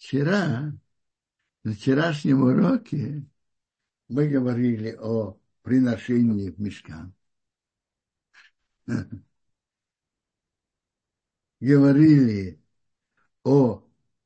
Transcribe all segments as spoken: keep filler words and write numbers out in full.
Вчера, на вчерашнем уроке мы говорили о приношении в мишкан. Говорили о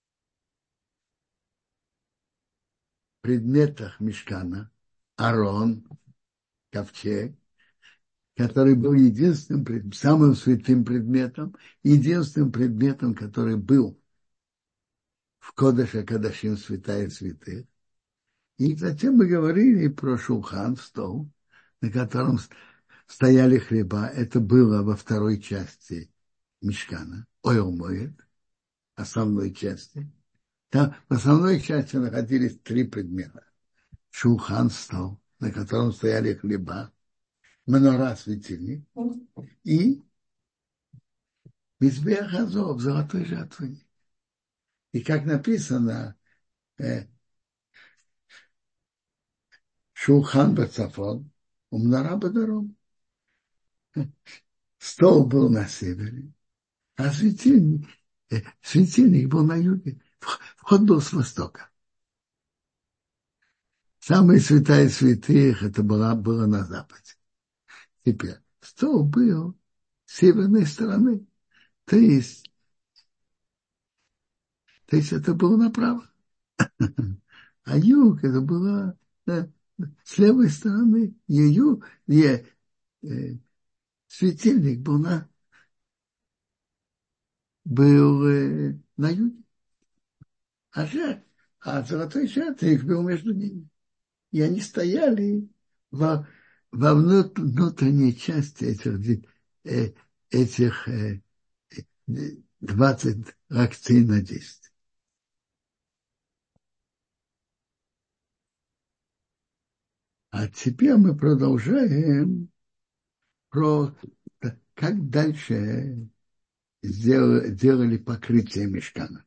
предметах мишкана. Арон, ковчег, который был единственным, самым святым предметом, единственным предметом, который был в Кодеше Кадашим, святая святых. И затем мы говорили про шулхан, стол, на котором стояли хлеба. Это было во второй части мишкана, ойл моет, основной части. Там в основной части находились три предмета. Шулхан, стол, на котором стояли хлеба, менора, светильник, и мизбех азов, золотой жатвенник. И как написано, э, шулхан бацафон, умнара бадаром. Стол был на севере, а светильник, э, светильник был на юге. Вход был с востока. Самая святая святых это была, было на западе. Теперь стол был с северной стороны. То есть, то есть это было направо. А юг это было да, с левой стороны. И юг, и, э, светильник был на, был, э, на юге. А, жертв, а золотой жертвенник был между ними. И они стояли во, во внутренней части этих, э, этих э, двадцать локтей на десять. А теперь мы продолжаем про как дальше сделали, делали покрытие мишкана.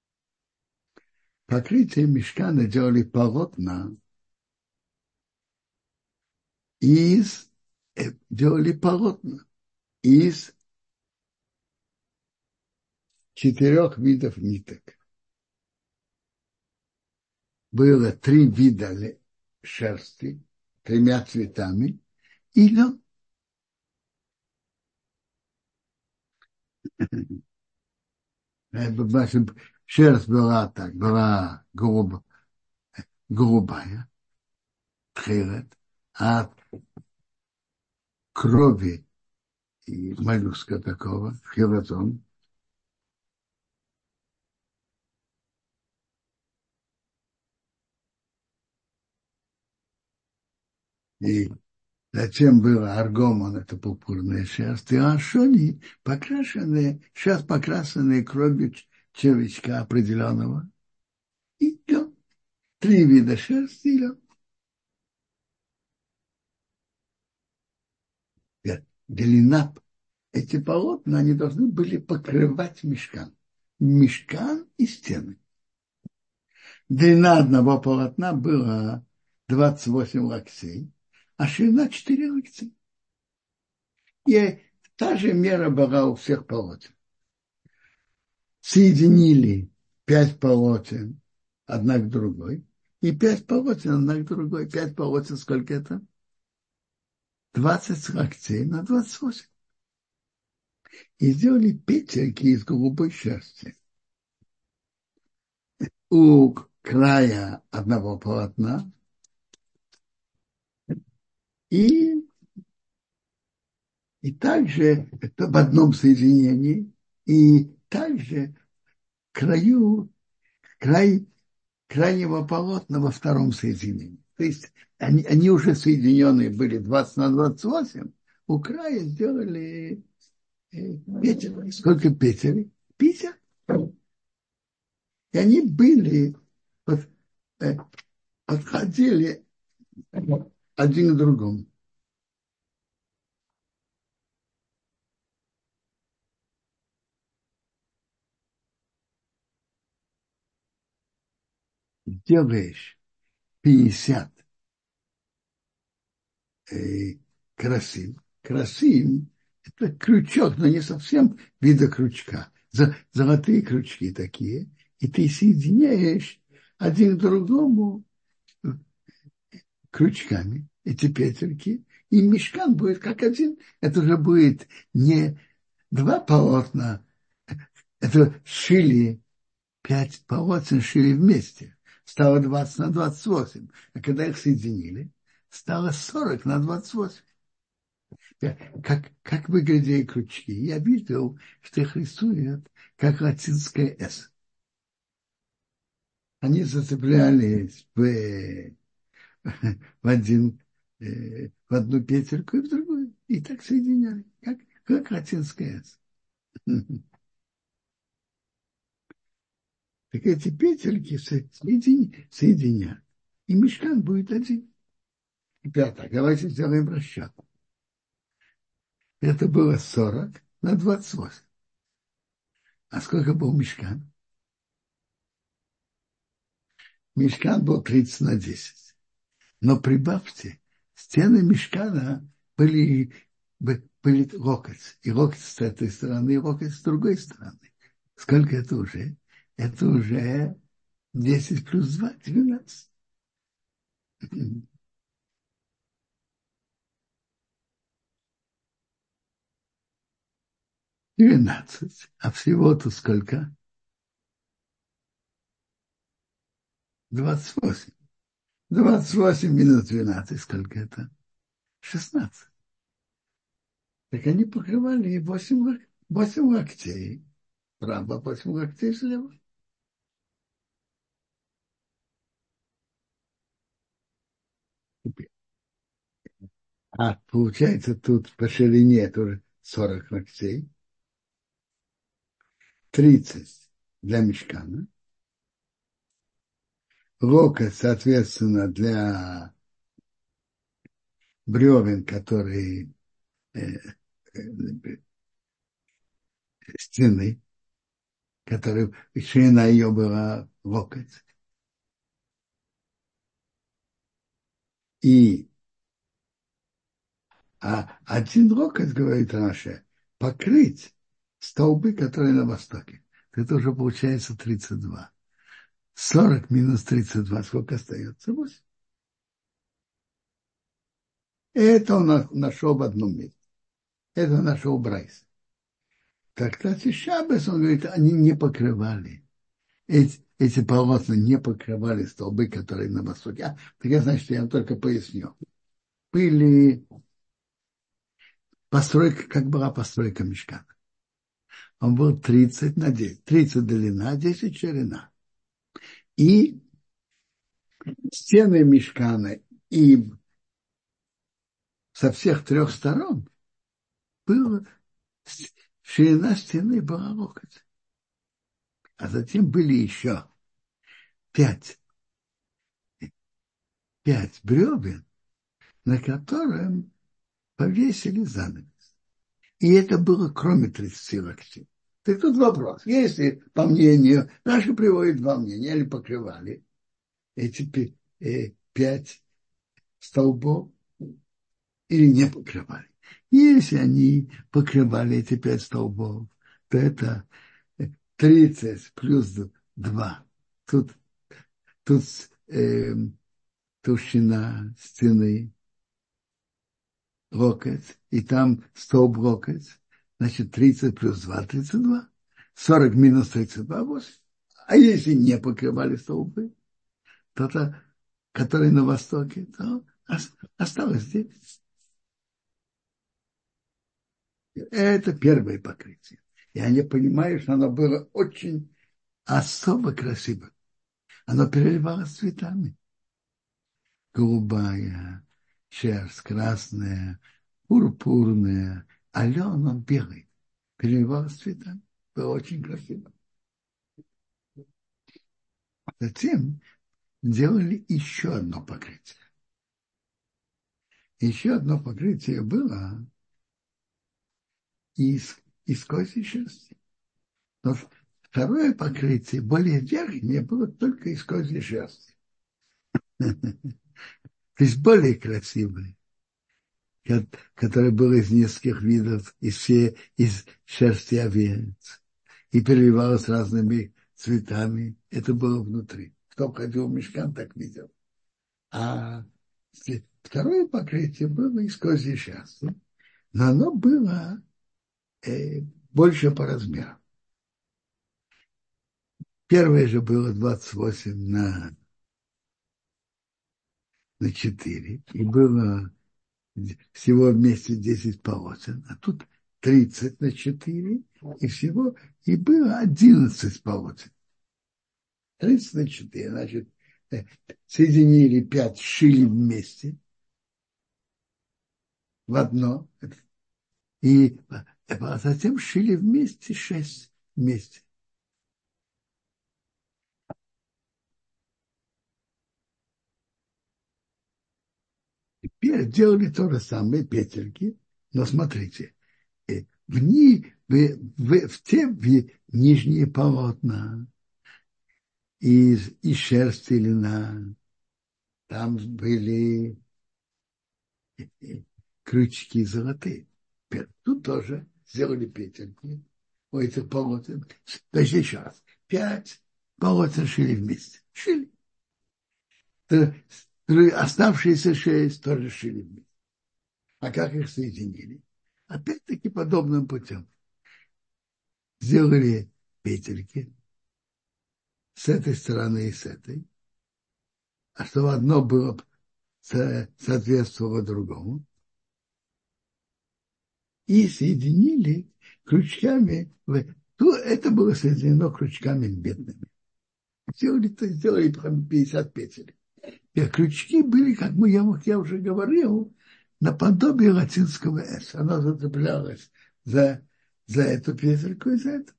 Покрытие мишкана делали полотна из, делали полотна из четырех видов ниток. Было три вида шерсти, тремя цветами, и лен. Шерсть была так, была голуб, голубая, тхилет, от крови и моллюска такого, хилатон. И затем было аргомон, это пурпурная шерсть, и ашони, покрашенные, сейчас покрашенные кровью червячка определенного. И лен. Три вида шерсти и лен. Длина, эти полотна, они должны были покрывать мишкан. Мишкан и стены. Длина одного полотна была двадцать восемь локтей, а ширина четыре локтя. И та же мера была у всех полотен. Соединили пять полотен одна к другой, и пять полотен одна к другой. Пять полотен сколько это? двадцать локтей на двадцать восемь. И сделали петельки из голубой шерсти. У края одного полотна и, и также это в одном соединении, и также краю, край крайнего полотна во втором соединении. То есть они, они уже соединенные были двадцать на двадцать восемь, у края сделали петель. Сколько петель? пятьдесят. И они были, вот, э, подходили один к другому. Делаешь пятьдесят э, красим. Красим – это крючок, но не совсем вида крючка. Золотые крючки такие. и ты соединяешь один к другому крючками эти петельки, и мишкан будет как один. Это уже будет не два полотна, это шили, пять полотен шили вместе. Стало двадцать на двадцать восемь. А когда их соединили, стало сорок на двадцать восемь. Как, как выглядели крючки? Я видел, что их рисуют как латинское «С». Они зацеплялись в, в, один, э, в одну петельку и в другую. И так соединяли, как, как латинское «С». Так эти петельки соедин, соединят. И мешкан будет один. И пятое. Давайте сделаем расчет. Это было сорок на двадцать восемь. А сколько был мешкан? Мешкан был тридцать на десять. Но прибавьте, стены мешкана были, были локоть. И локоть с этой стороны, и локоть с другой стороны. Сколько это уже? Это уже десять плюс два, двенадцать. Двенадцать. А всего-то сколько? Двадцать восемь. Двадцать восемь минус двенадцать. Сколько это? Шестнадцать. Так они покрывали восемь, лок... восемь локтей. Справа, восемь локтей слева. А получается тут по ширине тоже сорок локтей. тридцать для мешкана. Локоть, соответственно, для бревен, которые э, э, стены, которые ширина ее была локоть. И а один локоть, говорит Раша, покрыть столбы, которые на востоке. Это уже получается тридцать два. сорок минус тридцать два, сколько остается? восемь. Это он нашел в одном месте. Это нашел Брайс. Так, кстати, Шабес, он говорит, они не покрывали. Эти, эти полотна не покрывали столбы, которые на востоке. А, так я, значит, я вам только поясню. Были постройка, как была постройка мешкана. Он был тридцать на десять. тридцать длина, десять ширина. И стены мешкана и со всех трех сторон было, ширина стены была локоть. А затем были еще пять, пять бревен, на котором повесили занавес. И это было кроме тридцати локтей. Так тут вопрос. Если, по мнению, наши приводят два мнения, или покрывали эти э, пять столбов, или не покрывали. Если они покрывали эти пять столбов, то это тридцать плюс два. Тут, тут э, толщина стены, локоть, и там столб локоть. Значит, тридцать плюс два, тридцать два. сорок минус тридцать два, восемь. А если не покрывали столбы, то-то, которые на востоке, то осталось девять. Это первое покрытие. И они понимают, что оно было очень особо красиво. Оно переливалось цветами. Голубая, шерсть красная, пурпурная, а лен он белый. Переливалось цветами. Было очень красиво. Затем делали еще одно покрытие. Еще одно покрытие было из, из козьей шерсти. Но второе покрытие, более верхнее, было только из козьей шерсти. То есть более красивое, которое было из нескольких видов, из, все, из шерсти овец, и переливалось разными цветами. Это было внутри. Кто входил в мешкан, так видел. А второе покрытие было из козьей шерсти, но оно было э, больше по размеру. Первое же было двадцать восемь на, на четыре, и было всего вместе десять полотен, а тут тридцать на четыре, и всего, и было одиннадцать полотен. тридцать на четыре, значит, э, соединили пять, шили вместе в одно, и а затем шили вместе шесть вместе. Теперь делали то же самое петельки, но смотрите, э, в, ни, в, в, в те в нижние полотна из, из шерсти льна, там были э, э, крючки золотые. Тут тоже сделали петельки у этих полотен. Значит, еще раз. Пять полотен шили вместе. Шили. Оставшиеся шесть тоже шили вместе. А как их соединили? Опять-таки подобным путем. Сделали петельки с этой стороны и с этой, а чтобы одно было соответствовало другому. И соединили крючками, это было соединено крючками медными. Сделали, сделали пятьдесят петель. И крючки были, как мы, я, я уже говорил, наподобие латинского «С». Оно зацеплялось за, за эту петельку и за эту.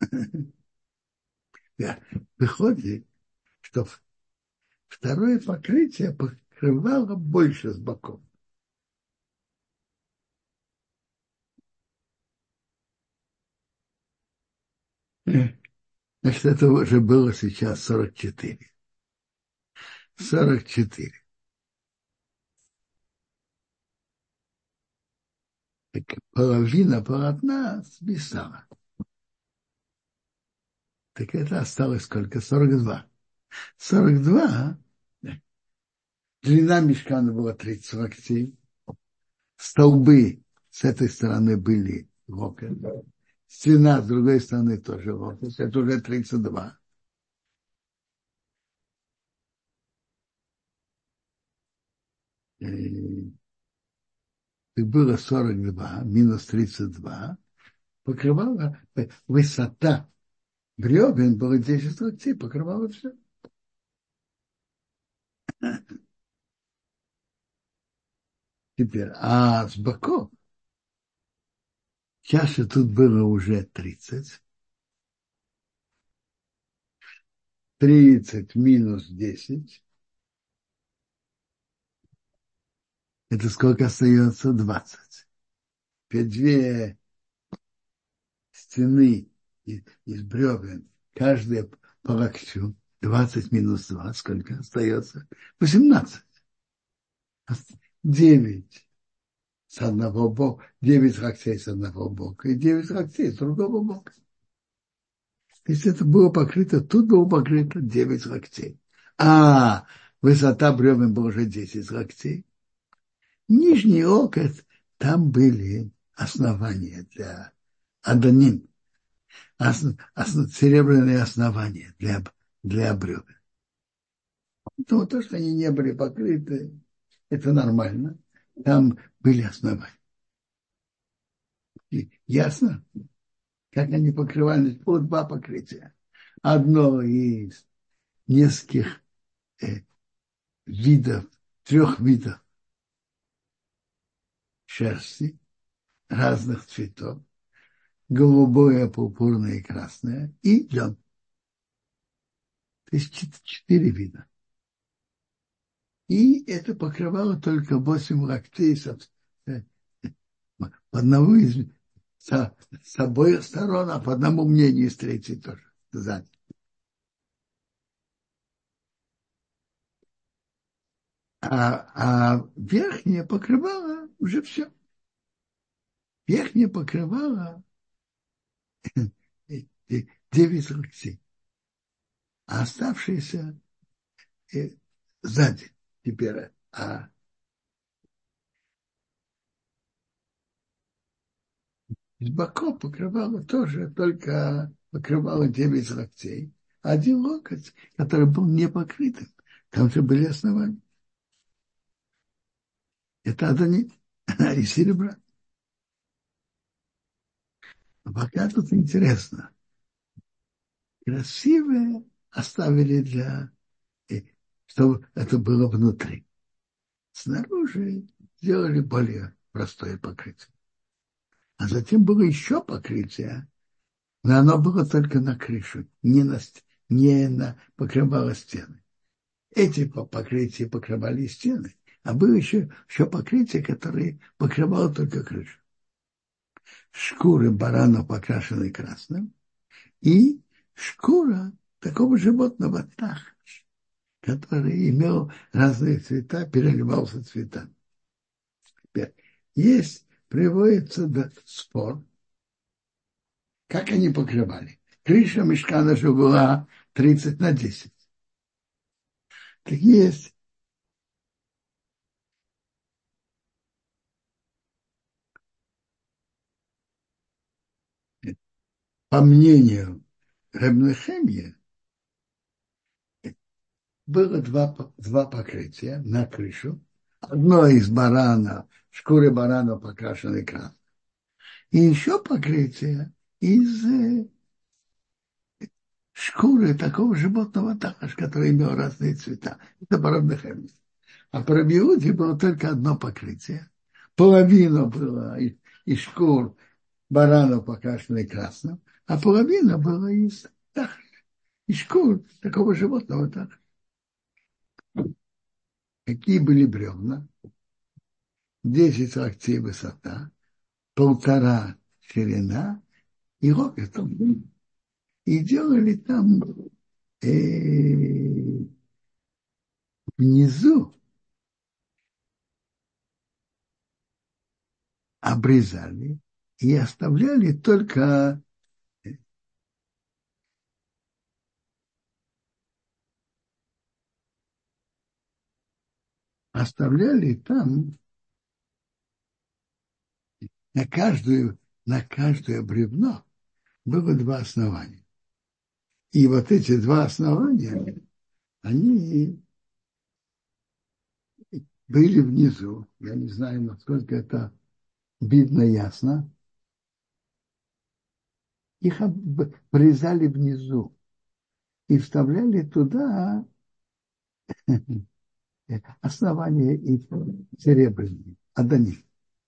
Выходит, что второе покрытие покрывало больше с боков. Значит, это уже было сейчас сорок четыре. сорок четыре. Так половина полотна свисала. Так это осталось сколько? сорок два. сорок два. Длина мешкана была тридцать локтей. Столбы с этой стороны были локоть. Стена с другой стороны тоже локоть. Это уже тридцать два. И было сорок два минус тридцать два. Покрывала высота бревен было десять локтей, покрывало все. Теперь, а с боков чаши тут было уже тридцать. тридцать минус десять. Это сколько остается? двадцать. Теперь две стены из, из бревен, каждая по локтю. двадцать минус два, сколько остается? восемнадцать. девять с одного бока, девять локтей с одного бока и девять локтей с другого бока. То есть это было покрыто, тут было покрыто девять локтей. А высота бревен была уже десять локтей. Нижний локоть, там были основания для адоним, основ, основ, серебряные основания для, для бревен. Но то, что они не были покрыты, это нормально. Там были основания. И ясно, как они покрывались? Было два покрытия. Одно из нескольких э, видов, трех видов шерсти разных цветов. Голубое, пурпурное и красное. И лен. То есть четыре вида. И это покрывало только восемь локтей с, э, по одному из с, с обоих сторон, а по одному мнению из третьей тоже. Сзади. А, а верхнее покрывало уже все. Верхнее покрывало девять локтей. а оставшиеся э, сзади теперь. А с боков покрывало тоже, только покрывало девять локтей. Один локоть, который был не покрытым, там же были основания. Это адонит и серебра. А пока тут интересно. Красивые оставили для, э, чтобы это было внутри. Снаружи сделали более простое покрытие. А затем было еще покрытие, но оно было только на крышу, не на, не на покрывало стены. Эти покрытия покрывали стены, а было еще, еще покрытие, которое покрывало только крышу. Шкуры барана покрашены красным и шкура такого животного тах, который имел разные цвета, переливался цветами. Есть, приводится да, спор, как они покрывали. Крыша мешкана же была тридцать на десять. Так есть по мнению Ребнехемия, было два, два покрытия на крышу. Одно из барана, шкуры барана покрашены красным. И еще покрытие из э, шкуры такого животного також, который имел разные цвета. Это по Ребнехемии. А по Рабиуде было только одно покрытие. Половина была из, из шкур барана покрашенной красным, а половина была из, так, из шкур такого животного так. Какие были бревна? Десять локтей высота, полтора ширина и локоть. И делали там э, внизу, обрезали и оставляли только оставляли там на каждую, на каждое бревно было два основания. И вот эти два основания, они были внизу. Я не знаю, насколько это видно ясно. Их обрезали внизу и вставляли туда основания и серебряные, адонит.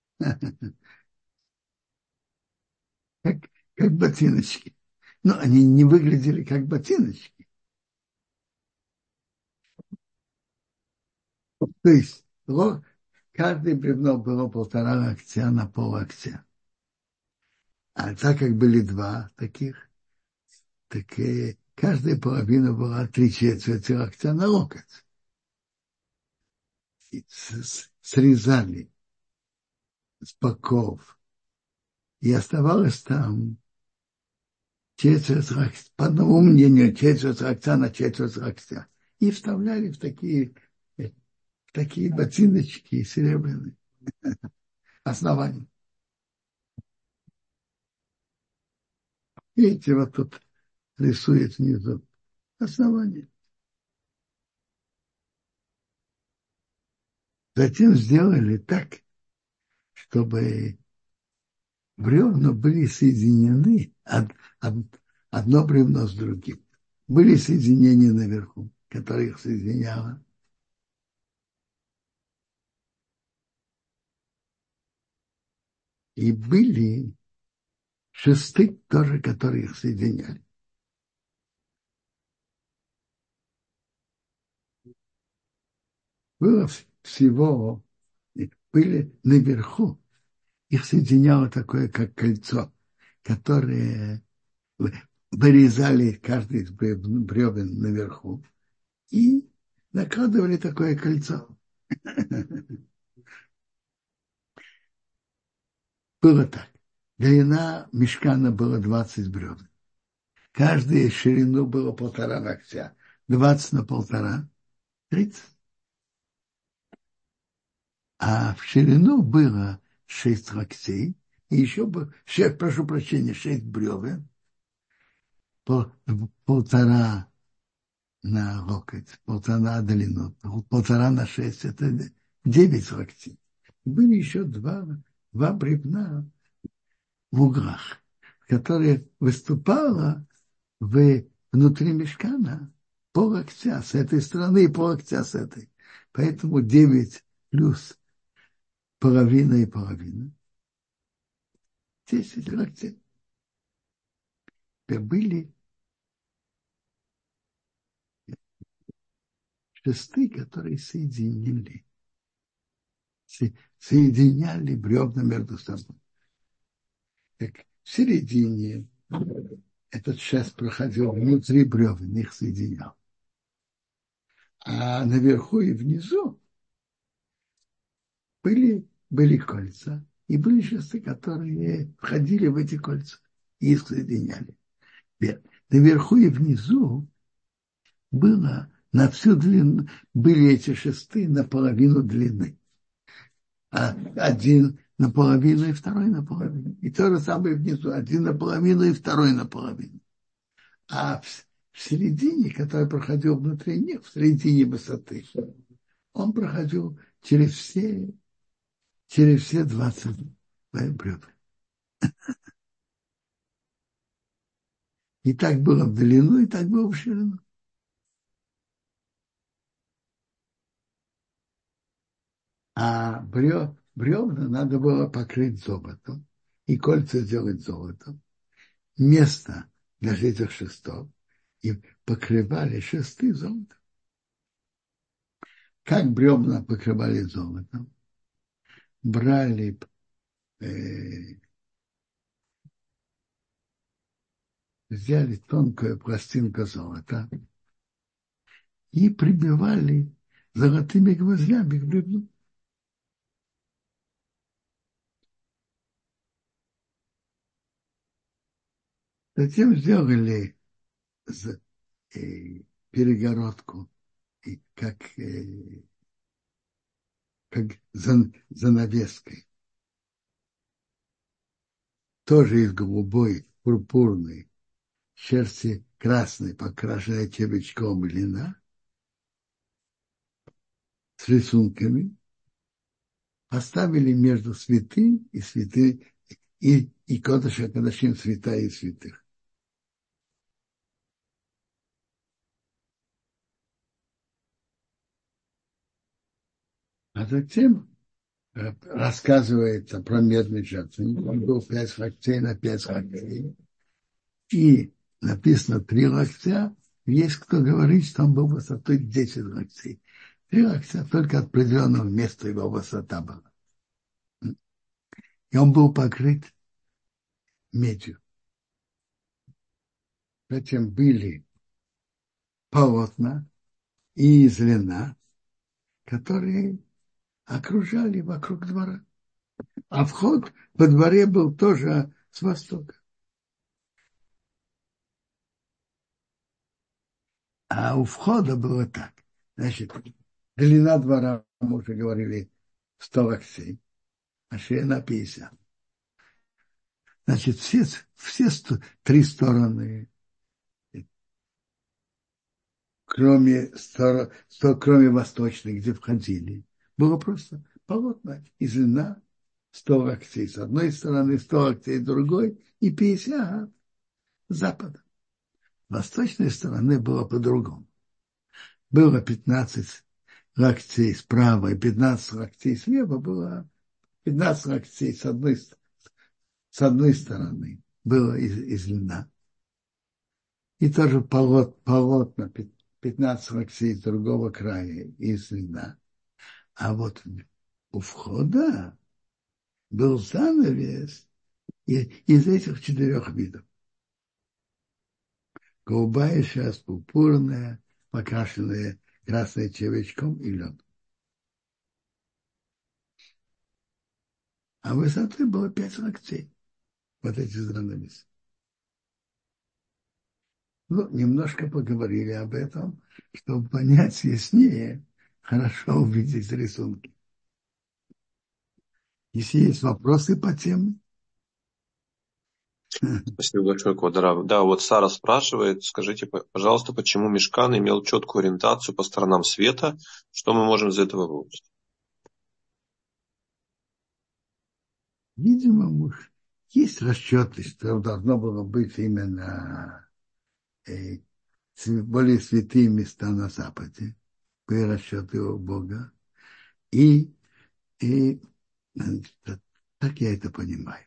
Как, как ботиночки. Но они не выглядели как ботиночки. То есть каждое бревно было полтора локтя на пол локтя. А так как были два таких, так и каждая половина была три четверти локтя на локоть. И срезали с боков. И оставалось там четверть локтя, по одному мнению, четверть локтя на четверть локтя. И вставляли в такие, в такие ботиночки серебряные основания. Видите, вот тут рисует внизу основание. Затем сделали так, чтобы бревна были соединены од, од, одно бревно с другим. Были соединения наверху, которые их соединяло. И были шесты тоже, которые их соединяли. Было всего, были наверху, их соединяло такое, как кольцо, которое вырезали каждый из бревен наверху и накладывали такое кольцо. Было так. Длина мешкана была двадцать бревен. Каждая ширину было полтора локтя. Двадцать на полтора, тридцать. А в ширину было шесть локтей. И еще бы, шесть, прошу прощения, шесть бревен. Пол, полтора на локоть, полтора на длину, полтора на шесть, это девять локтей. Были еще два, два бревна в углах, которые выступало в, внутри мешкана пол локтя с этой стороны и пол локтя с этой. Поэтому девять плюс половина и половина. десять локтей. Были шесты, которые соединили, соединяли бревна между собой. Так, в середине этот шест проходил внутри бревен, их соединял. А наверху и внизу были, были кольца, и были шесты, которые входили в эти кольца и их соединяли. Наверху и внизу было на всю длину, были эти шесты наполовину длины. А один наполовину и второй наполовину. И то же самое внизу. Один наполовину и второй наполовину. А в, в середине, который проходил внутри них, в середине высоты, он проходил через все, через все двадцать бревен. И так было в длину, и так было в ширину. А бревна надо было покрыть золотом, и кольца сделать золотом. Место для этих шестов, и покрывали шесты золотом. Как бревна покрывали золотом? Брали, э, взяли тонкую пластинку золота и прибивали золотыми гвоздями к бревну. Затем сделали э, перегородку, и как, э, как зан, занавеской. Тоже из голубой, пурпурной, шерсти красной, покрашенной червячком льна, с рисунками, поставили между святым и святым, и, и Кодыша Кодашим, святая и святых. А затем э, рассказывается про медный жертвенник. Он был пять локтей на пять локтей. И написано три локтя. Есть кто говорит, что он был высотой десять локтей. Три локтя только от определенного места его высота была. И он был покрыт медью. Затем были полотна и из льна, которые окружали вокруг двора. А вход во дворе был тоже с востока. А у входа было так. Значит, длина двора, мы уже говорили, сто локтей, а ширина пятьдесят. Значит, все, все сто, три стороны, кроме, сторон, сто, кроме восточной, где входили, было просто полотна из льна, сто локтей с одной стороны, сто локтей с другой, и пятьдесят с запада. С восточной стороны было по-другому. Было пятнадцать локтей справа и пятнадцать локтей слева, было пятнадцать локтей с одной, с одной стороны, было из, из льна. И тоже полот, полотна пятнадцать локтей с другого края из льна. А вот у входа был занавес из этих четырех видов. Голубая шерсть, пурпурная, покрашенная красным червячком и лед. А высоты было пять локтей. Вот эти занавесы. Ну, немножко поговорили об этом, чтобы понять яснее, хорошо увидеть рисунки. Если есть вопросы по теме. Спасибо большое, Квадрат. Да, вот Сара спрашивает, скажите, пожалуйста, почему Мишкан имел четкую ориентацию по сторонам света? Что мы можем из этого выучить? Видимо, есть расчеты, что должно было быть именно э, более святые места на Западе, были расчеты у Бога. И, и так я это понимаю.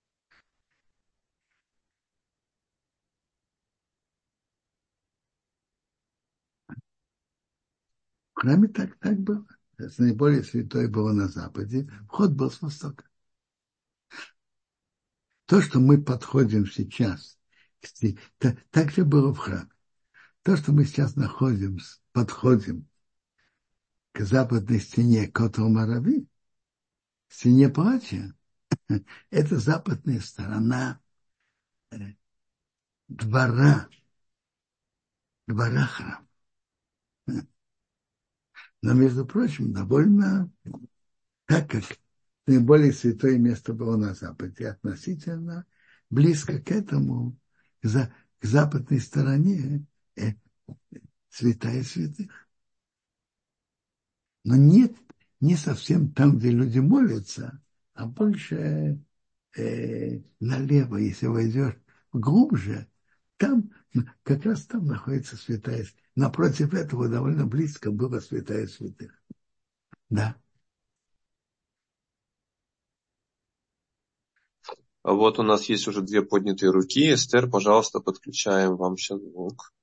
В храме так, так было. Наиболее святое было на Западе, вход был с востока. То, что мы подходим сейчас, так же было в храме. То, что мы сейчас находим, подходим к западной стене Котел-Марави, стене плача, это западная сторона двора, двора храма. Но, между прочим, довольно, так как наиболее святое место было на Западе, относительно близко к этому, за, к западной стороне э, святая святых. Но нет, не совсем там, где люди молятся, а больше э, налево, если войдешь глубже, там, как раз там находится святая. Напротив этого довольно близко была святая святых. Да. А вот у нас есть уже две поднятые руки. Эстер, пожалуйста, подключаем вам сейчас звук.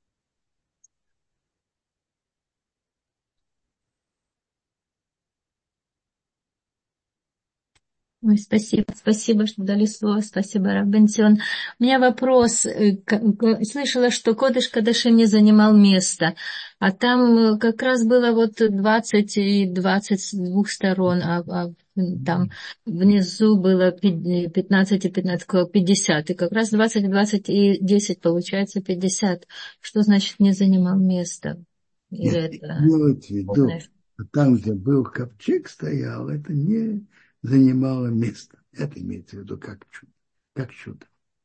Ой, спасибо, спасибо, что дали слово, спасибо, Рав Бенцион. У меня вопрос. Слышала, что Кодеш Кодашим не занимал место, а там как раз было вот двадцать и двадцать с двух сторон, а, а там внизу было пятнадцать и пятнадцать, пятьдесят, и как раз двадцать, двадцать и десять получается пятьдесят. Что значит не занимал место? Или Нет, это... имелось в виду, там, где был ковчег стоял, это не занимало место. Это имеется в виду как чудо. Как чудо.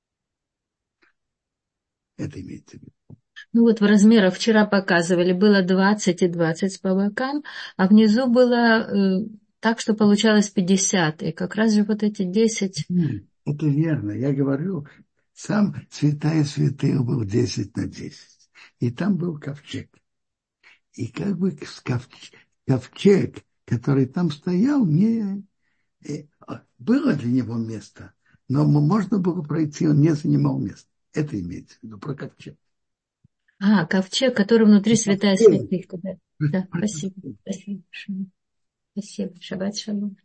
Это имеется в виду. Ну вот в размерах вчера показывали, было двадцать и двадцать по бокам, а внизу было э, так, что получалось пятьдесят. И как раз же вот эти десять... Это верно. Я говорю, сам святая святых был десять на десять. И там был ковчег. И как бы ковчег, который там стоял, не... было для него место, но можно было пройти, он не занимал места. Это имеется в виду про ковчег. А, ковчег, который внутри святая святых. Да, да, спасибо. Спасибо. Спасибо. Шаббат шалом.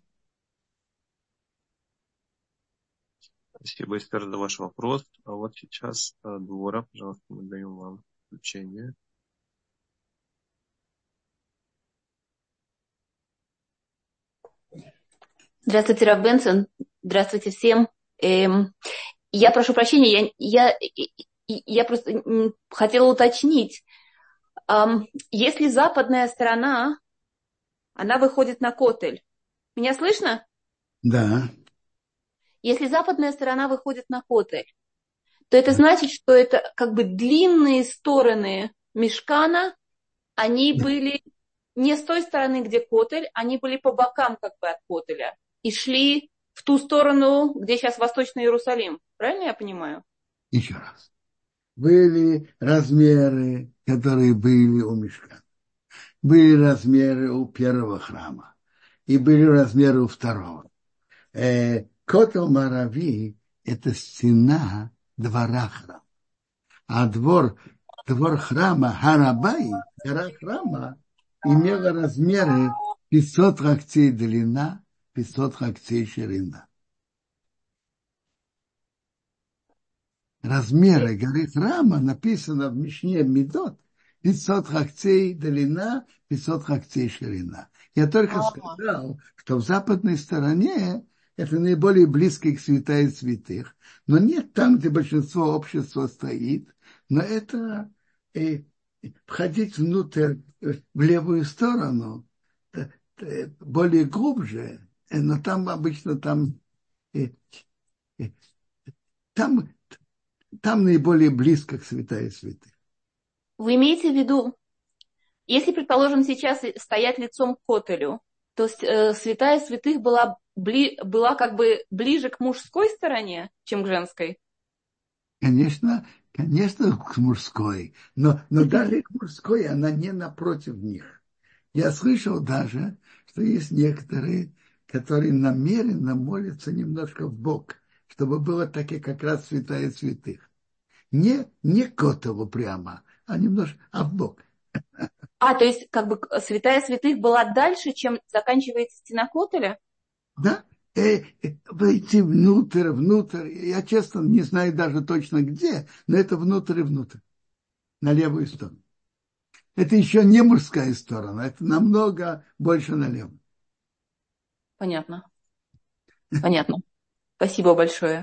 Спасибо, Эстер, за ваш вопрос. А вот сейчас Двора, пожалуйста, мы даем вам включение. Здравствуйте, Рав Бенсон. Здравствуйте всем. Эм, я прошу прощения, я, я, я просто хотела уточнить. Эм, если западная сторона, она выходит на Котель. Меня слышно? Да. Если западная сторона выходит на Котель, то это значит, что это как бы длинные стороны Мишкана, они были не с той стороны, где Котель, они были по бокам как бы от Котеля и шли в ту сторону, где сейчас Восточный Иерусалим. Правильно я понимаю? Еще раз. Были размеры, которые были у Мишкана. Были размеры у первого храма. И были размеры у второго. Э, Котел Марави – это стена двора храма. А двор, двор храма Харабай, гора храма, имела размеры пятьсот локтей длина, пятьсот локтей ширина. Размеры горы храма написано в Мишне Медот пятьсот локтей длина, пятьсот локтей ширина. Я только сказал, что в западной стороне это наиболее близко к святая святых, но нет там, где большинство общества стоит, Но это э, входить внутрь, э, в левую сторону, э, э, более глубже, э, но там обычно там, э, э, там, там наиболее близко к святая святых. Вы имеете в виду, если, предположим, сейчас стоять лицом к котелю, то э, святая святых была, бли, была как бы ближе к мужской стороне, чем к женской? Конечно, конечно, к мужской, но, но даже к мужской она не напротив них. Я слышал даже, что есть некоторые, которые намеренно молятся немножко в бок, чтобы было так и как раз святая святых. Не, не к Котову прямо, а немножко, а в бок. А, то есть как бы святая святых была дальше, чем заканчивается стена котеля? Да, э, э, войти внутрь, внутрь. Я, честно, не знаю даже точно где, но это внутрь и внутрь, на левую сторону. Это еще не мужская сторона, это намного больше налево. Понятно. Понятно. Спасибо большое.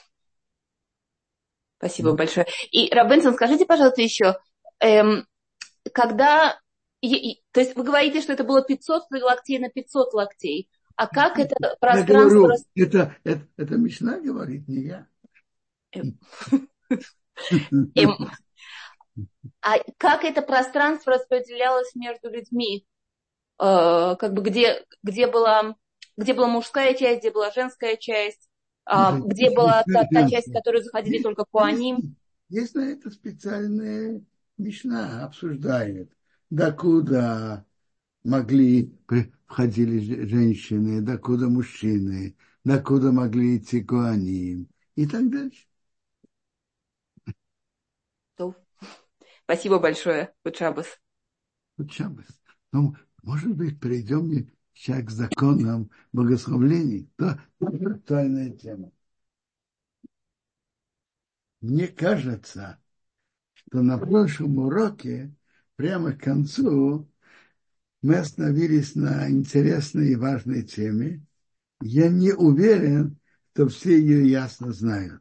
Спасибо большое. И, Рав Бенсон, скажите, пожалуйста, еще, эм, когда, и, и, то есть вы говорите, что это было пятьсот локтей на пятьсот локтей, а как это Я пространство... говорю, это, это, это Мишна говорит, не я. Эм, эм, а как это пространство распределялось между людьми? Э, как бы где, где, была, где была мужская часть, где была женская часть, э, где была та, та часть, в которую заходили Есть, только есть, коаним? есть на это специальная Мишна, обсуждает, докуда могли, при- входили же- женщины, докуда мужчины, докуда могли идти коаним и так дальше. То. Спасибо большое, Кучабас. Вот шаббас. Ну, может быть, перейдем ли сейчас к законам богословлений? Да, это актуальная тема. Мне кажется, что на прошлом уроке, прямо к концу, мы остановились на интересной и важной теме. Я не уверен, что все ее ясно знают.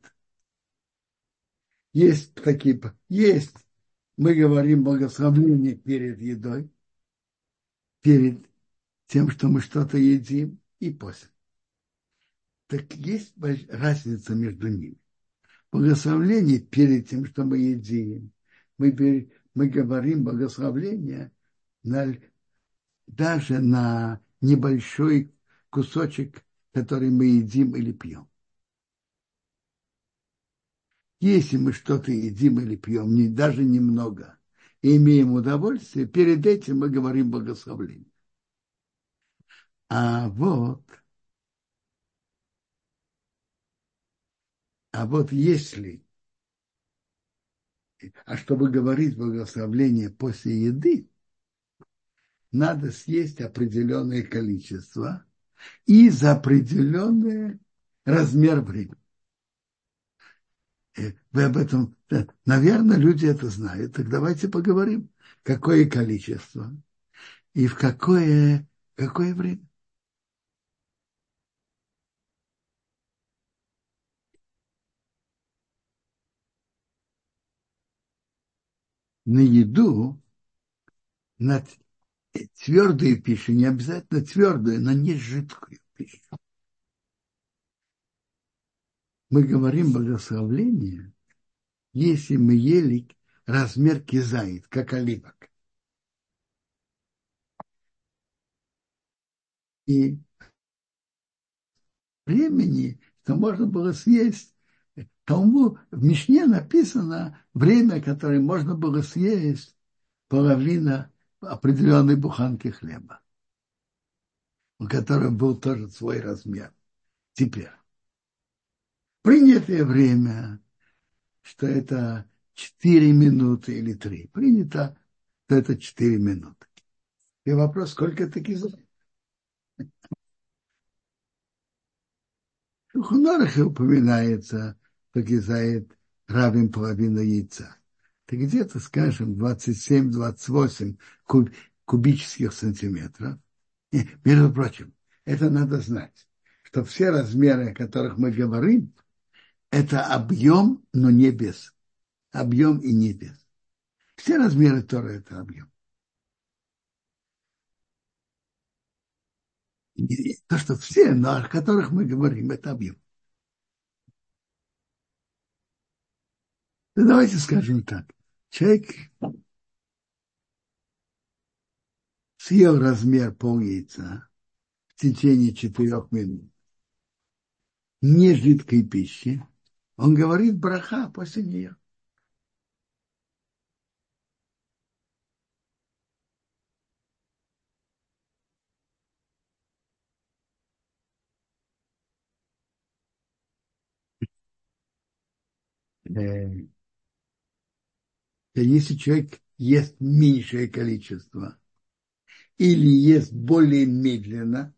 Есть такие, есть, мы говорим благословление перед едой, перед тем, что мы что-то едим, и после. Так есть разница между ними. Благословление перед тем, что мы едим, мы, перед, мы говорим благословление на, даже на небольшой кусочек, который мы едим или пьем. Если мы что-то едим или пьем, не, даже немного, и имеем удовольствие, перед этим мы говорим благословление. А вот, а вот если, а чтобы говорить благословление после еды, надо съесть определенное количество и за определенный размер времени. Вы об этом, наверное, люди это знают. Так давайте поговорим, какое количество и в какое, какое время. На еду, на твердую пищу, не обязательно твердую, но не жидкую пищу. Мы говорим благословление, если мы ели размер кизаит, как оливок. И времени, что можно было съесть, тому в Мишне написано время, которое можно было съесть половина определенной буханки хлеба, у которого был тоже свой размер. Теперь, принятое время, что это четыре минуты или три. Принято, что это четыре минуты. И вопрос, сколько это кизаит? В Шулхан-Арухе упоминается, что кизаит равен половина яйца. Это где-то, скажем, двадцать семь - двадцать восемь куб, кубических сантиметров. И, между прочим, это надо знать, что все размеры, о которых мы говорим, это объем, но не вес. объем и не вес. Все размеры Торы – это объем. И то, что все, но о которых мы говорим, это объем. Ну, давайте скажем так. Человек съел размер пол яйца в течение четырех минут не жидкой пищи, он говорит браха после нее. Э, Если человек ест меньшее количество или ест более медленно,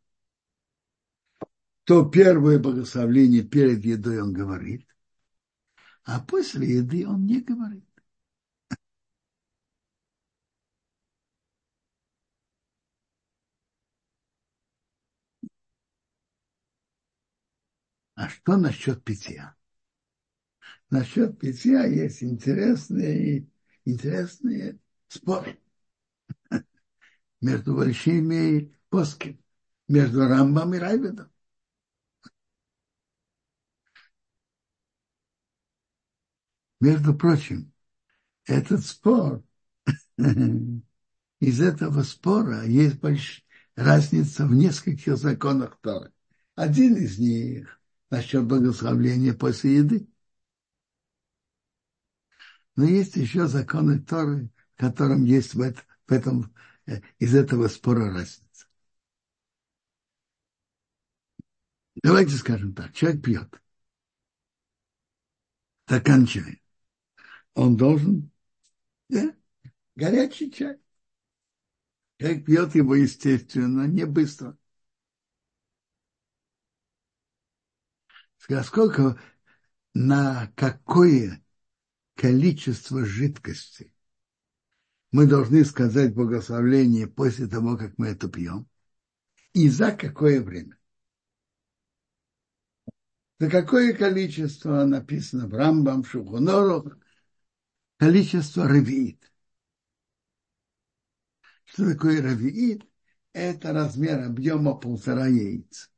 то первое благословение перед едой он говорит, а после еды он не говорит. А что насчет питья? Насчет питья есть интересные, интересные споры между большими плоскими, между Рамбом и Райбедом. Между прочим, этот спор, из этого спора есть большая разница в нескольких законах Торы. Один из них насчет благословления после еды. Но есть еще законы Торы, в котором есть в этом, в этом, из этого спора разница. Давайте скажем так, человек пьет стакан чая. Он должен, да, горячий чай. Человек пьет его, естественно, не быстро. Сколько, на какое количество жидкости мы должны сказать благословление после того, как мы это пьем, и за какое время. За какое количество написано в Рамбам, в Шулхан Арух, количество равиит. Что такое равиит? Это размер объема полтора яиц.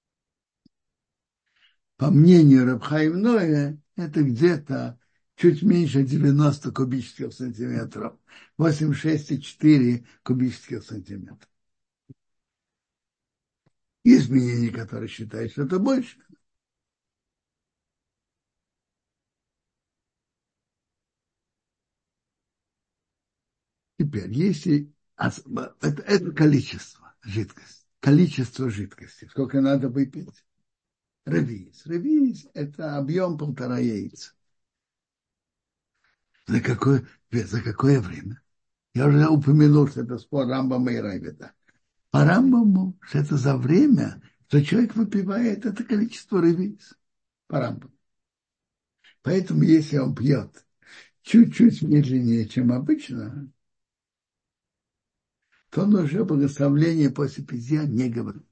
По мнению Рав Хаим Ноя, это где-то чуть меньше девяноста кубических сантиметров, восемьдесят шесть целых четыре десятых кубических сантиметров. Есть мнения, которые считают, что это больше. Теперь, если это, это количество жидкости, количество жидкости, сколько надо выпить? Ревиз. Ревиз – это объем полтора яйца. За какое, за какое время? Я уже упомянул, что это спор Рамбама и Райбеда. По Рамбаму, что это за время, что человек выпивает это количество ревиз. По Рамбаму. Поэтому, если он пьет чуть-чуть медленнее, чем обычно, то он уже благословление после питья не говорит.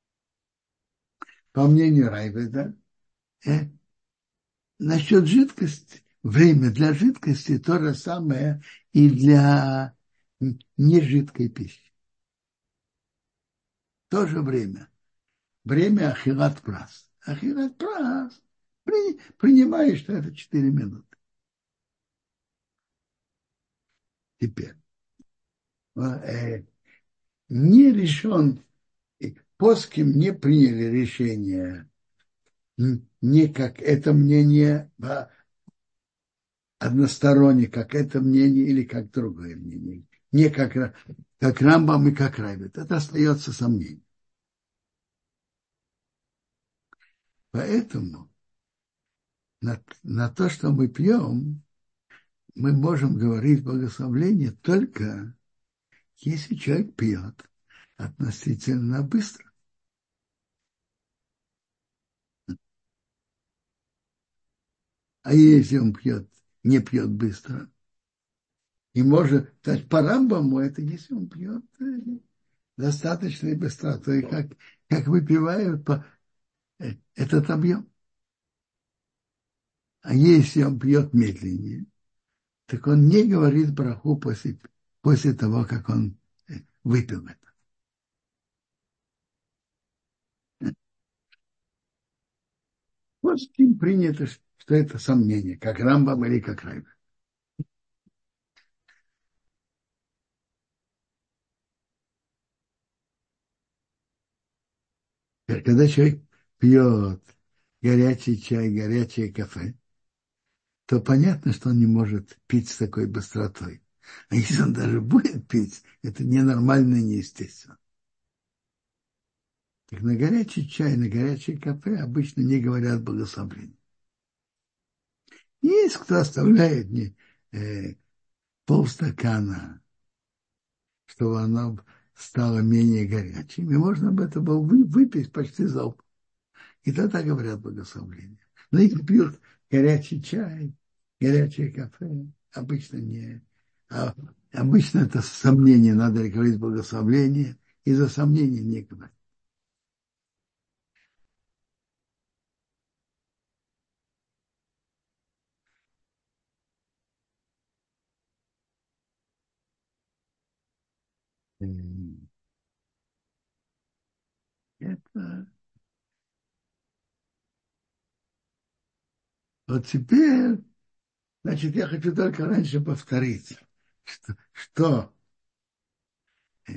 По мнению Райбеда, э, насчет жидкости, время для жидкости то же самое и для нежидкой пищи. То же время. Время ахилат прас. Ахилат прас. При, принимаешь, что это четыре минуты. Теперь. Э, не решен, поским не приняли решение, не как это мнение, а односторонне, как это мнение или как другое мнение. Не как, как Рамбам и как Райбед. Это остается сомнением. Поэтому на, на то, что мы пьем, мы можем говорить благословление только если человек пьет относительно быстро. А если он пьет, не пьет быстро, и может, то есть по Рамбаму это если он пьет достаточно быстротой, как, как выпивают по, этот объем. А если он пьет медленнее, так он не говорит браху после, после того, как он выпил это. Вот с ним принято, что это сомнение, как Рамбам или как Райб. Когда человек пьет горячий чай, горячее кафе, то понятно, что он не может пить с такой быстротой. А если он даже будет пить, это ненормально и неестественно. Так на горячий чай, на горячее кафе обычно не говорят благословения. Есть кто оставляет не, э, полстакана, чтобы оно стало менее горячим, и можно бы это было выпить почти залпом. И тогда говорят благословение. Но если пьют горячий чай, горячее кафе, обычно не. А обычно это сомнение, надо ли говорить благословение, из-за сомнения не говорить. Это... Вот теперь, значит, я хочу только раньше повторить, что, что э,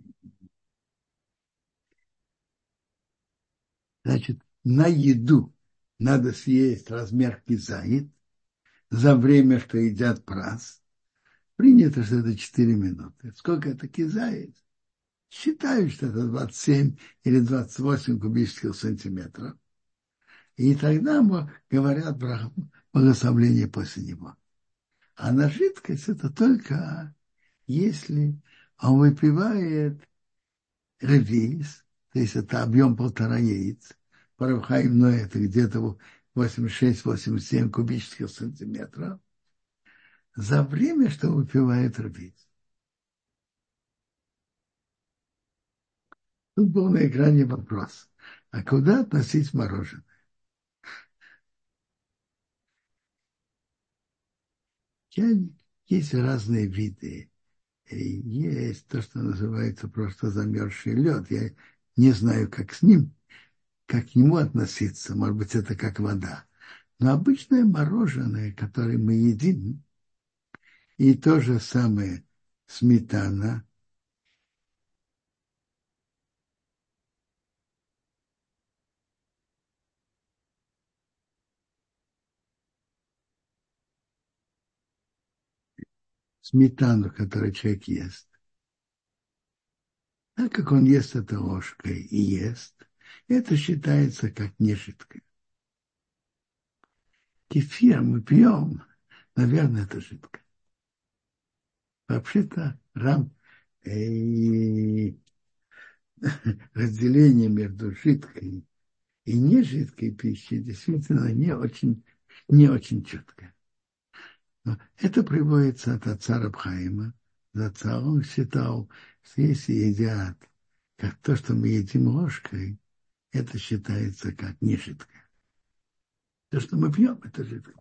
значит, на еду надо съесть размер кизаит за время, что едят прас. Принято, что это четыре минуты. Сколько это кизаит? Считаю, что это двадцать семь или двадцать восемь кубических сантиметров. И тогда говорят про благословление после него. А на жидкость это только если он выпивает ревиз, то есть это объем полтора яиц, Паравхаим, но это где-то восемьдесят шесть - восемьдесят семь кубических сантиметров, за время, что выпивает ревиз. Тут был на экране вопрос, а куда относить мороженое? Есть разные виды. Есть то, что называется просто замерзший лед. Я не знаю, как с ним, как к нему относиться. Может быть, это как вода. Но обычное мороженое, которое мы едим, и то же самое сметана, сметану, которую человек ест, так как он ест это ложкой и ест, это считается как нежидкое. Кефир мы пьем, наверное, это жидкое. Вообще-то рам, э, разделение между жидкой и нежидкой пищей действительно не очень, не очень четкое. Но это приводится от отца Рабхаима. Отца он считал, что если едят как то, что мы едим ложкой, это считается как нежидкое. То, что мы пьем, это жидкое.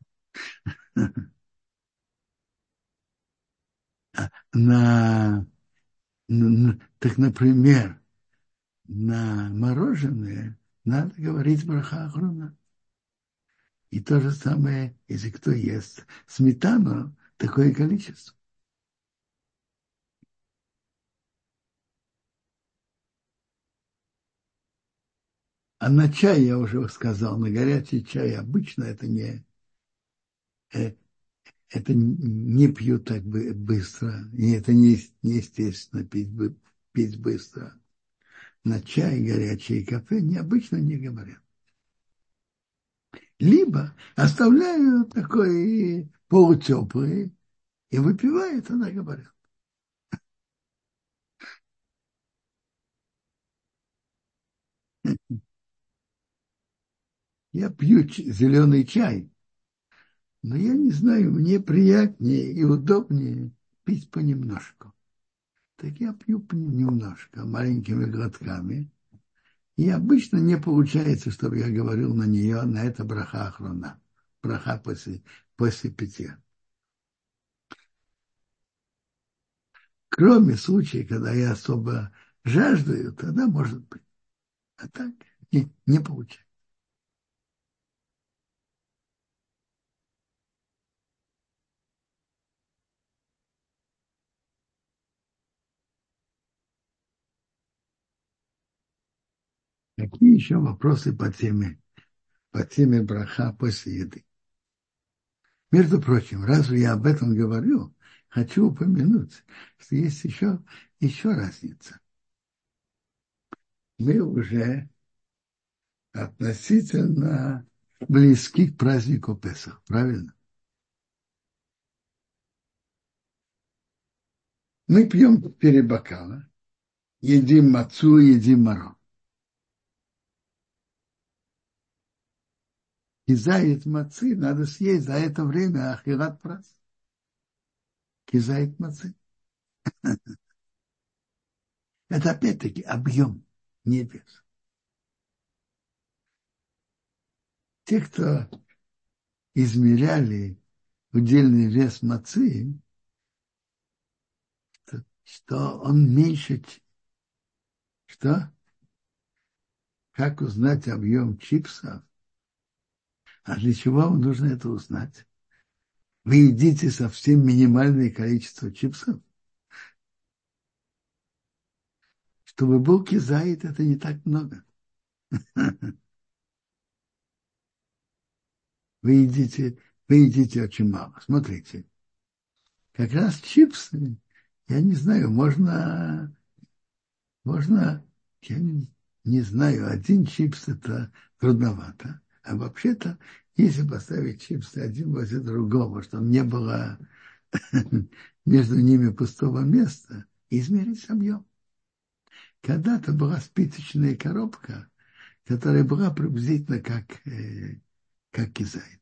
На, на, так, например, на мороженое надо говорить браха ахрона. И то же самое, если кто ест сметану, такое количество. А на чай, я уже сказал, на горячий чай обычно это не, это не пьют так быстро, и это не, неестественно пить, пить быстро. На чай, горячее кафе необычно не говорят. Либо оставляют такой полутеплый и выпивают, тогда говорят. Я пью зеленый чай, но я не знаю, мне приятнее и удобнее пить понемножку. Так я пью немножко, маленькими глотками. И обычно не получается, чтобы я говорил на нее, на это браха ахрона. Браха после, после питья. Кроме случая, когда я особо жаждаю, тогда может быть. А так не, не получается. Какие еще вопросы по теме, по теме браха после еды? Между прочим, раз я об этом говорю, хочу упомянуть, что есть еще, еще разница. Мы уже относительно близки к празднику Песах, правильно? Мы пьем четыре бокала, едим мацу, едим марон. И заяц мацы надо съесть за это время ахират прас. Кизает мацы. Это опять-таки объем, не вес. Те, кто измеряли удельный вес мацы, что он меньше, что? Как узнать объем чипсов? А для чего вам нужно это узнать? Вы едите совсем минимальное количество чипсов? Чтобы был кизайт, это не так много. Вы едите, вы едите очень мало. Смотрите, как раз чипсы, я не знаю, можно, можно, я не, не знаю, один чипс это трудновато. А вообще-то, если поставить чипсы один возле другого, чтобы не было между ними пустого места, измерить объем. Когда-то была спичечная коробка, которая была приблизительно как, э, как кизайт.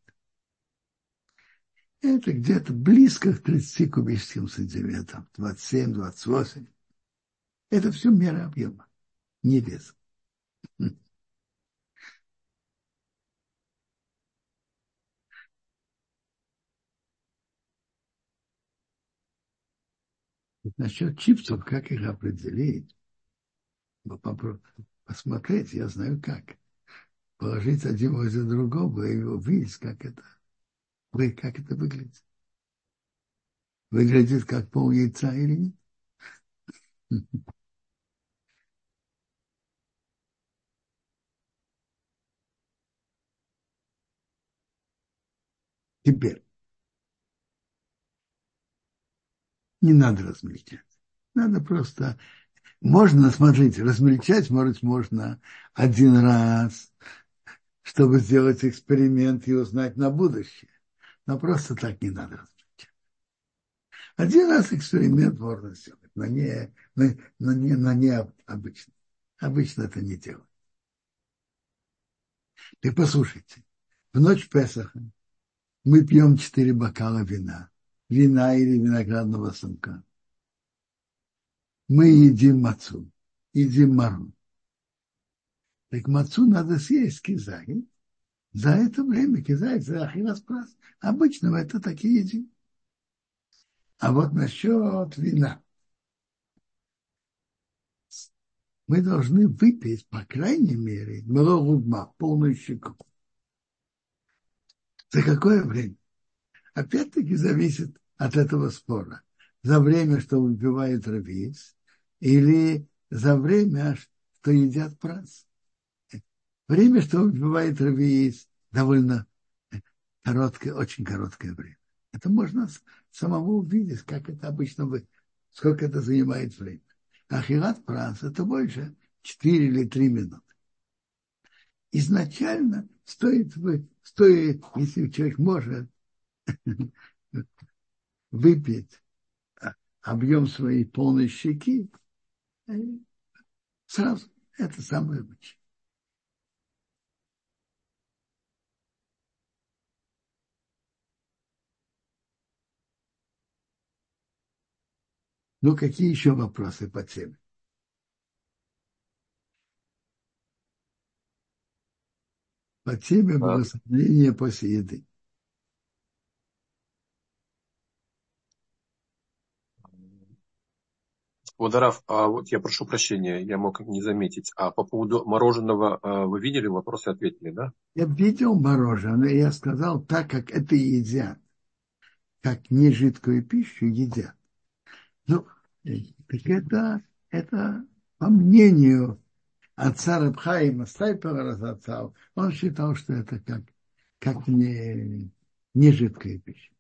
Это где-то близко к тридцати кубическим сантиметрам, двадцать семь двадцать восемь. Это все мера объема, не вес. Насчет чипсов, как их определить? Посмотреть, я знаю как. Положить один возле другого и увидеть, как это, как это выглядит. Выглядит как пол яйца или нет? Теперь, не надо размельчать. Надо просто... Можно, смотрите, размельчать, может, можно один раз, чтобы сделать эксперимент и узнать на будущее. Но просто так не надо размельчать. Один раз эксперимент можно сделать, но не, но, но не, но не обычно. Обычно это не делают. И послушайте, в ночь Песаха мы пьем четыре бокала вина. Вина или виноградного сомка. Мы едим мацу, едим мару. Так мацу надо съесть кизай. За это время кизай, за ахилас прас. Обычно мы это так и едим. А вот насчет вина. Мы должны выпить, по крайней мере, мелогудма, полную щеку. За какое время? Опять-таки зависит от этого спора. За время, что выпивают ревиз, или за время, что едят прас. Время, что выпивает ревиз, довольно короткое, очень короткое время. Это можно самому увидеть, как это обычно вы, сколько это занимает время. А хилат прас это больше четыре или три минуты. Изначально стоит, вы, стоит, если человек может выпить объем своей полной щеки, сразу это самое лучшее. Ну, какие еще вопросы по теме? По теме благословения после еды. Квадарав, а вот я прошу прощения, я мог не заметить. А по поводу мороженого а, вы видели вопрос и ответили, да? Я видел мороженое, и я сказал, так как это едят, как нежидкую пищу едят. Ну, э, так это, это по мнению отца Рабхаима Стайпера Разацал, он считал, что это как, как не, не жидкая пища.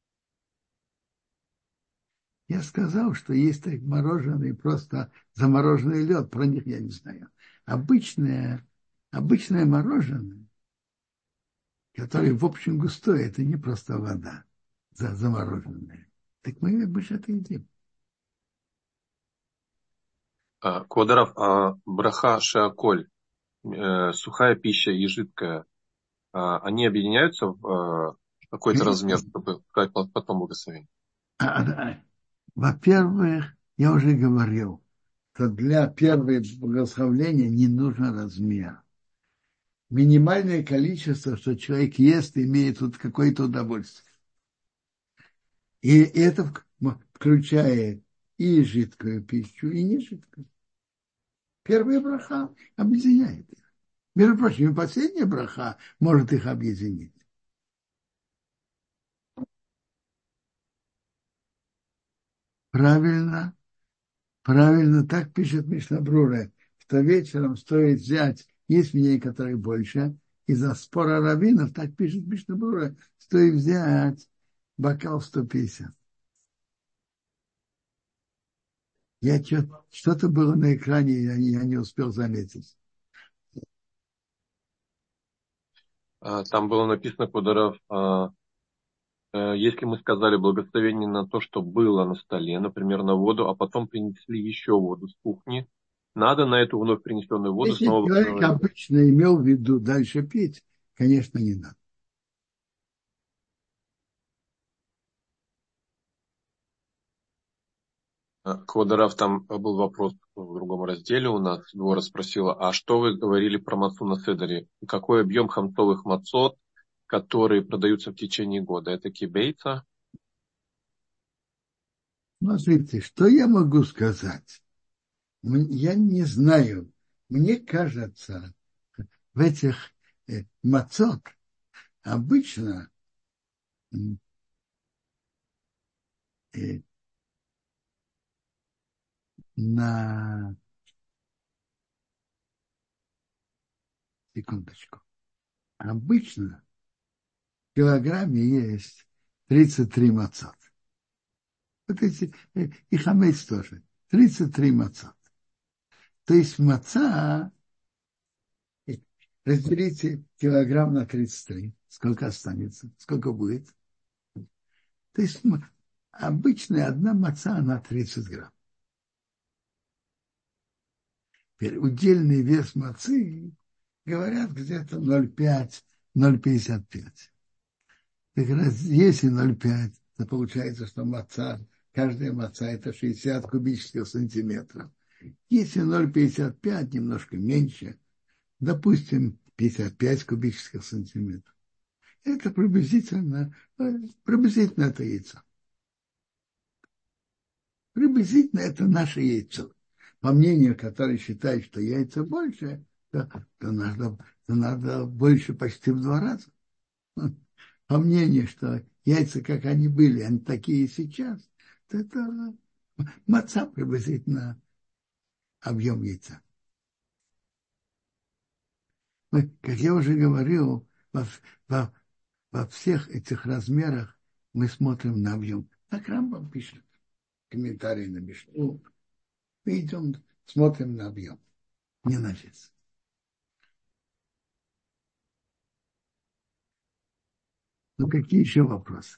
Я сказал, что есть так мороженое, просто замороженный лед, про них я не знаю. Обычное, обычное мороженое, которое в общем густое, это не просто вода за, замороженная. Так мы обычно это едим. А, Квадарав, а браха шеаколь, э, сухая пища и жидкая, а, они объединяются в а, какой-то размер, чтобы сказать потом благословение? А, а, Во-первых, я уже говорил, что для первого благословения не нужно размер. Минимальное количество, что человек ест, имеет вот какое-то удовольствие. И это включает и жидкую пищу, и нежидкую. Первая браха объединяет их. Между прочим, и последняя браха может их объединить. Правильно, правильно, так пишет Мишна Брура, что вечером стоит взять, есть мнения, которые больше, из-за спора раввинов, так пишет Мишна Брура, стоит взять бокал сто пятьдесят. Я что-то было на экране, я, я не успел заметить. А, там было написано, Квадарав, а, э, если мы сказали благословение на то, что было на столе, например, на воду, а потом принесли еще воду с кухни, надо на эту вновь принесенную воду Если снова человек благословить? обычно имел в виду дальше пить, конечно, не надо. Квадарав, там был вопрос в другом разделе у нас. Двора спросила, а что вы говорили про мацу на седере? Какой объем хамцовых мацот, которые продаются в течение года? Это кибейца? Смотрите, что я могу сказать? Я не знаю. Мне кажется, в этих э, мацот обычно э, на секундочку. Обычно в килограмме есть тридцать три мацот. Вот эти, э, и хамец тоже. тридцать три мацот. То есть маца, э, разделите килограмм на тридцать три. Сколько останется? Сколько будет? То есть обычная одна маца на тридцать грамм. Теперь удельный вес мацы, говорят, где-то ноль целых пять - ноль целых пятьдесят пять. Так раз если ноль целых пять, то получается, что маца, каждая маца это шестьдесят кубических сантиметров. Если ноль целых пятьдесят пять, немножко меньше, допустим, пятьдесят пять кубических сантиметров. Это приблизительно, приблизительно это яйцо. Приблизительно это наше яйцо. По мнению, который считает, что яйца больше, то, то, надо, то надо больше почти в два раза. По мнению, что яйца, как они были, они такие и сейчас, то это маца приблизительно объем яйца. Мы, как я уже говорил, во, во, во всех этих размерах мы смотрим на объем. Так Рамбам пишет комментарий на Мишну. Мы идем, смотрим на объем, не на вес. Ну, какие еще вопросы?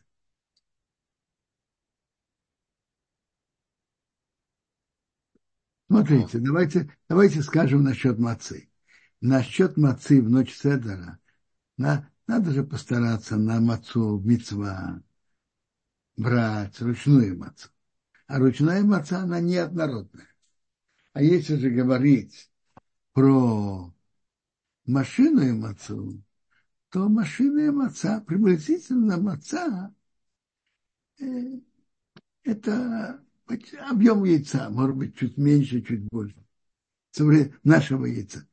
Смотрите, давайте, давайте скажем насчет мацы. Насчет мацы в ночь седера, на, надо же постараться на мацу мицва брать ручную мацу. А ручная маца, она неоднородная. А если же говорить про машинную мацу, то машинная маца, приблизительно маца, э, это Объем яйца, может быть, чуть меньше, чуть больше. Нашего яйца.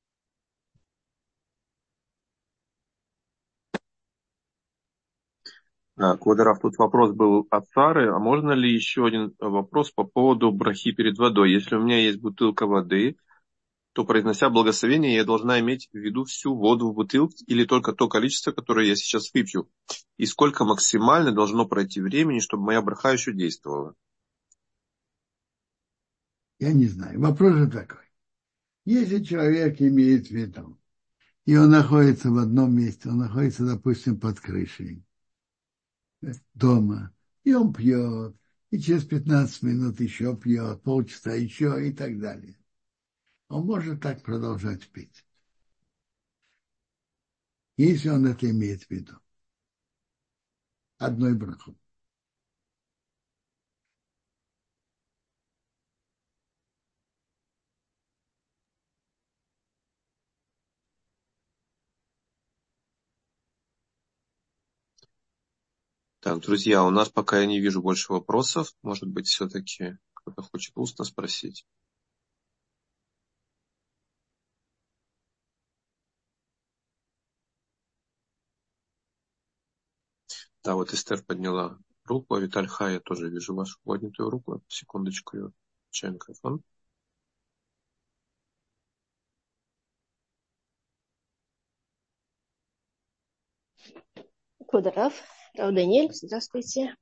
А, Квадрав, тут вопрос был от Сары. А можно ли еще один вопрос по поводу брахи перед водой? Если у меня есть бутылка воды, то, произнося благословение, я должна иметь в виду всю воду в бутылке или только то количество, которое я сейчас выпью? И сколько максимально должно пройти времени, чтобы моя браха еще действовала? Я не знаю. Вопрос же такой. Если человек имеет в виду, и он находится в одном месте, он находится, допустим, под крышей дома, и он пьет, и через пятнадцать минут еще пьет, полчаса еще и так далее. Он может так продолжать пить, если он это имеет в виду. Одной брахой. Так, друзья, у нас пока я не вижу больше вопросов. Может быть, все-таки кто-то хочет устно спросить. Да, вот Эстер подняла руку, а Виталь Хая тоже вижу вашу поднятую руку. Секундочку, я включаю микрофон. Квадрав, Рав Даниэль, здравствуйте.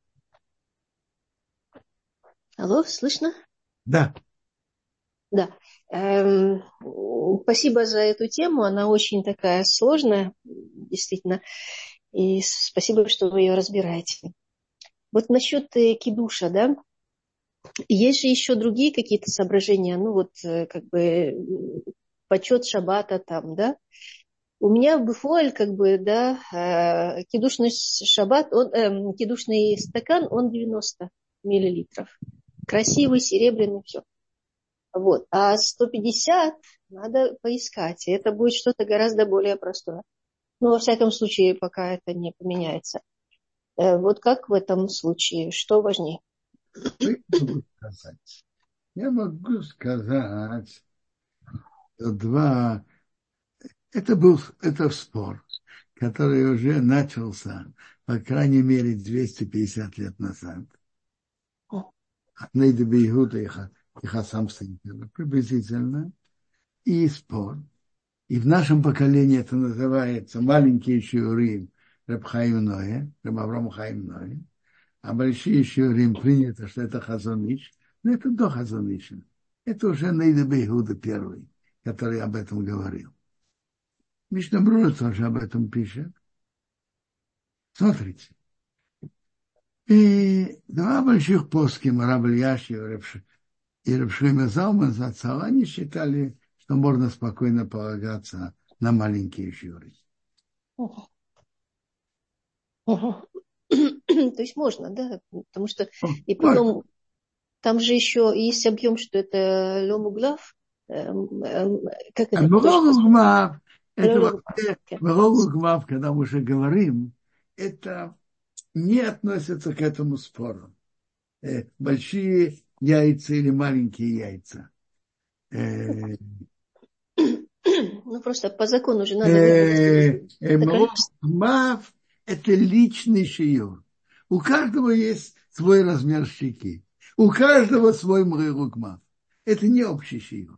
Алло, слышно? Да. Да. Эм, спасибо за эту тему, она очень такая сложная, действительно, и спасибо, что вы ее разбираете. Вот насчет э, кидуша, да, есть же еще другие какие-то соображения, ну вот э, как бы э, почет шаббата там, да. У меня в Бифуаль, как бы, да, э, кидушный шаббат, он, э, кидушный стакан, он девяносто миллилитров. Красивый, серебряный, все. Вот. А сто пятьдесят надо поискать. И это будет что-то гораздо более простое. Ну, во всяком случае, пока это не поменяется. Э, вот как в этом случае? Что важнее? Я могу сказать, я могу сказать что два... Это был это спор, который уже начался, по крайней мере, двести пятьдесят лет назад. Нейда Бейгуда и Хасам Синкера, приблизительно. И спор. И в нашем поколении это называется маленькие shiurim Реб Хаим Ноэ, Реб Авраам Хаим Ноэ. А большие shiurim принято, что это Хазон Иш. Но это до Хазон Иша. Это уже Нейда Бейгуда первый, который об этом говорил. Мишна Брура тоже об этом пишет. Смотрите. И два больших поским, Рав Ильяши и Рав Шломо Залман Зацал, они считали, что можно спокойно полагаться на маленькие shiurim. То есть можно, да? Потому что и потом можно. Там же еще есть объем, что это ломуглав. Как это? Ломуглав. Это вообще, ломуглав, когда мы уже говорим, это не относится к этому спору. Большие яйца или маленькие яйца. Ну, просто по закону же надо... Ломуглав – это личный шиюр. У каждого есть свой размер щеки. У каждого свой мрылукмав. Это не общий шиюр.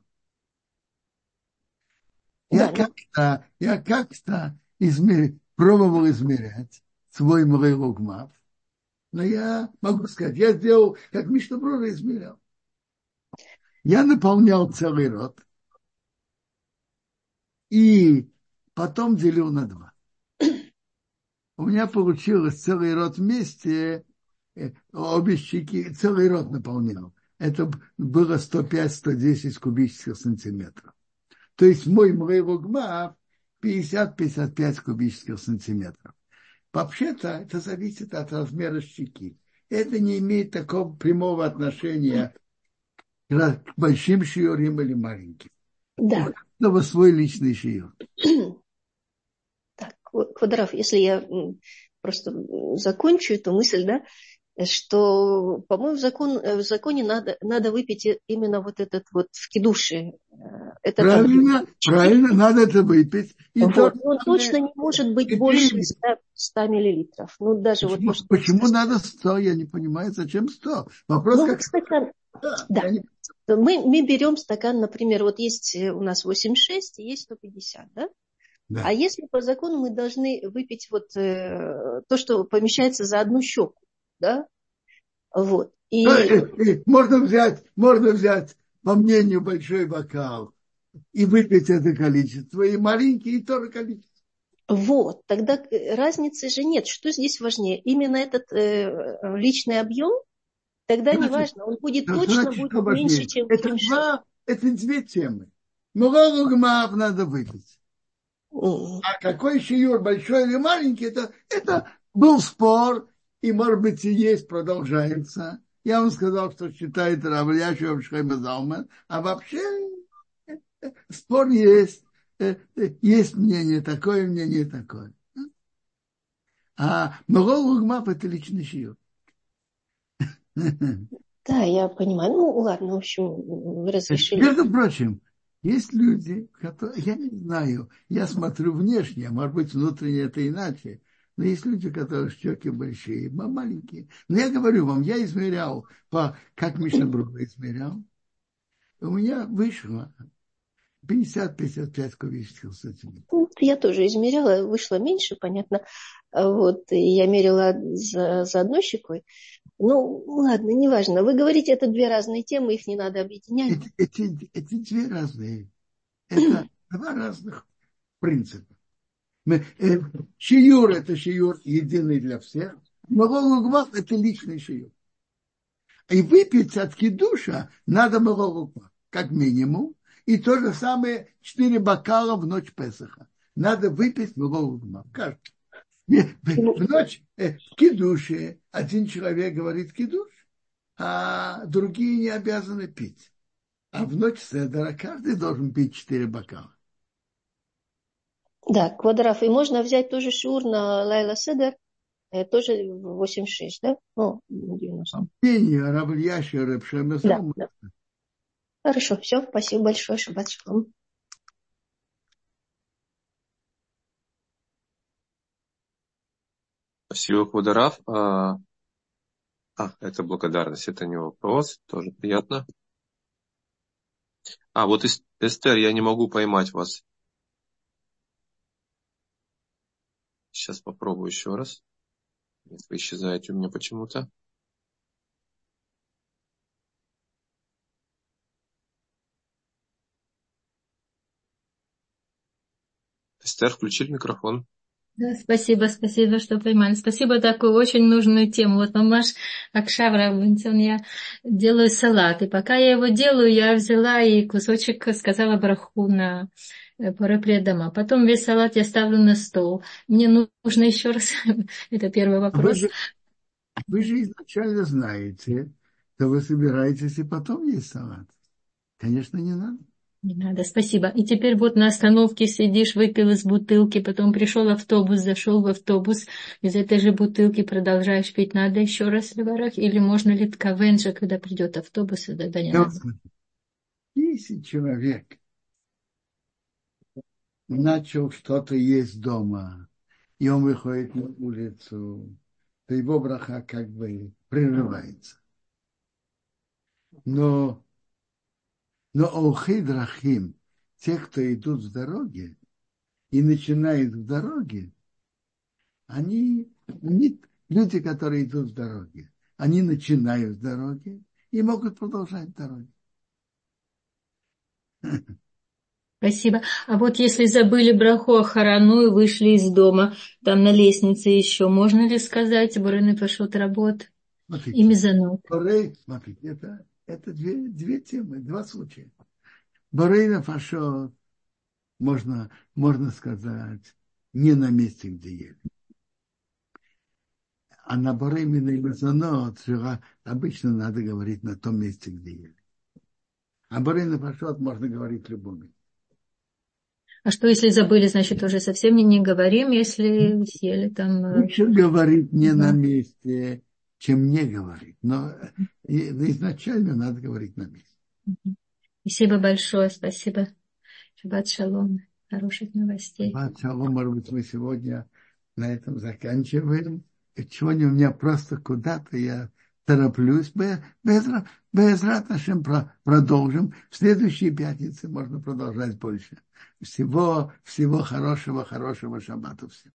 Я да, как-то, я как-то измер... пробовал измерять свой мрылукмав. Но я могу сказать, я сделал, как Мишна Брура измерял. Я наполнял целый рот. И потом делил на два. У меня получилось целый рот вместе, обе щеки, целый рот наполнял. Это было сто пять - сто десять кубических сантиметров. То есть мой мрылукмав пятьдесят - пятьдесят пять кубических сантиметров. Вообще-то это зависит от размера щеки. Это не имеет такого прямого отношения к большим shiurim или маленьким. Да. У каждого свой личный shiur. Так, Квадрав, если я просто закончу эту мысль, да, что, по-моему, в, закон, в законе надо, надо выпить именно вот этот вот в кидуше. Этот Правильно, объем. правильно, надо это выпить. И то Вот. Он точно не может быть больше четыре. ста миллилитров. Ну, даже вот Почему, то, что... почему надо сто? Я не понимаю, зачем сто. Вопрос Ну, как... вот стакан... Да, Да. я не- Мы, мы берем стакан, например, вот есть у нас восемьдесят шесть и есть сто пятьдесят, да? да. А если по закону мы должны выпить вот э, то, что помещается за одну щеку, да? Вот. И... Э, э, э, Можно взять, можно взять, по мнению, большой бокал и выпить это количество, и маленький, и то же количество. Вот, тогда разницы же нет. Что здесь важнее? Именно этот э, личный объем, тогда не Значит, важно, он будет значит, точно что будет меньше, важнее? чем, Это чем два, это две темы. Много гмав надо выпить. шесть. А какой шиюр, большой или маленький, это, это был спор, и, может быть, и есть, продолжается. Я вам сказал, что считает Равляшев Шхайма Залман, а вообще спор есть. Э, э, Есть мнение такое, мнение такое. А Морол Гмав это личный шиюр. Да, я понимаю. Ну, ладно, в общем, вы разрешили. Между прочим, есть люди, которые, я не знаю, я смотрю внешне, а может быть, внутренне это иначе, но есть люди, которые щеки большие, а маленькие. Но я говорю вам, я измерял, по, как Мишнабруха измерял, у меня вышло пятьдесят - пятьдесят пять кубических сантиметров. Ну, я тоже измеряла, вышло меньше, понятно. Вот, и я мерила за, за одной щекой. Ну, ладно, неважно. Вы говорите, это две разные темы, их не надо объединять. Эти, эти, эти две разные, это два разных принципа. Мы, э, шиюр – это шиюр единый для всех, Морол Гмав – это личный шиюр. И выпить от кидуша надо Морол Гмав, как минимум. И то же самое четыре бокала в ночь Песаха. Надо выпить Морол Гмав. Каждый. В ночь э, в кидуше один человек говорит кидуш, а другие не обязаны пить. А в ночь седера каждый должен пить четыре бокала. Да, квадраф. И можно взять тоже шиур на Лайла Седер, э, тоже восемьдесят шесть, да? Ну, девяносто. Пение Рабельяши Рабшемесал. Да, да. Хорошо, все, спасибо большое, шаббат шалом. Спасибо, Квадараф. А, а, это благодарность, это не вопрос, тоже приятно. А, вот Эстер, я не могу поймать вас. Сейчас попробую еще раз. Нет, вы исчезаете у меня почему-то. Эстер, включили микрофон. Да, спасибо, спасибо, что поймали. Спасибо, такую очень нужную тему. Вот мамаш Акшавра, я делаю салат. И пока я его делаю, я взяла и кусочек сказала браху на поры дома. Потом весь салат я ставлю на стол. Мне нужно еще раз, это первый вопрос. Вы же, вы же изначально знаете, что вы собираетесь и потом есть салат. Конечно, не надо. Не надо, спасибо. И теперь вот на остановке сидишь, выпил из бутылки, потом пришел автобус, зашел в автобус, из этой же бутылки продолжаешь пить. Надо еще раз леварах? Или можно ли ткавен же, когда придет автобус, и тогда не Я надо? Если человек начал что-то есть дома, и он выходит на улицу, то его браха как бы прерывается. Но, но охей драхим, те, кто идут в дороге и начинают в дороге, они, они люди, которые идут в дороге, они начинают в дороге и могут продолжать в дороге. Спасибо. А вот если забыли браху Ахарану и вышли из дома, там на лестнице еще, можно ли сказать Бурыны Пашот работ и мезонот? Смотрите, это, это две, две темы, два случая. Бурыны Пашот можно, можно сказать не на месте, где ели. А на Бурыны и мезонот обычно надо говорить на том месте, где ели. А Бурыны Пашот можно говорить в любом месте. А что, если забыли, значит, уже совсем не, не говорим, если съели там... Лучше говорить не да. на месте, чем не говорить. Но изначально надо говорить на месте. Спасибо большое, спасибо. Шаббат шалом. Хороших новостей. Шаббат шалом, может быть, мы сегодня на этом заканчиваем. Сегодня у меня просто куда-то я тороплюсь. Безрат нашим продолжим. В следующей пятнице можно продолжать больше. Всего, всего хорошего, хорошего шаббата всем.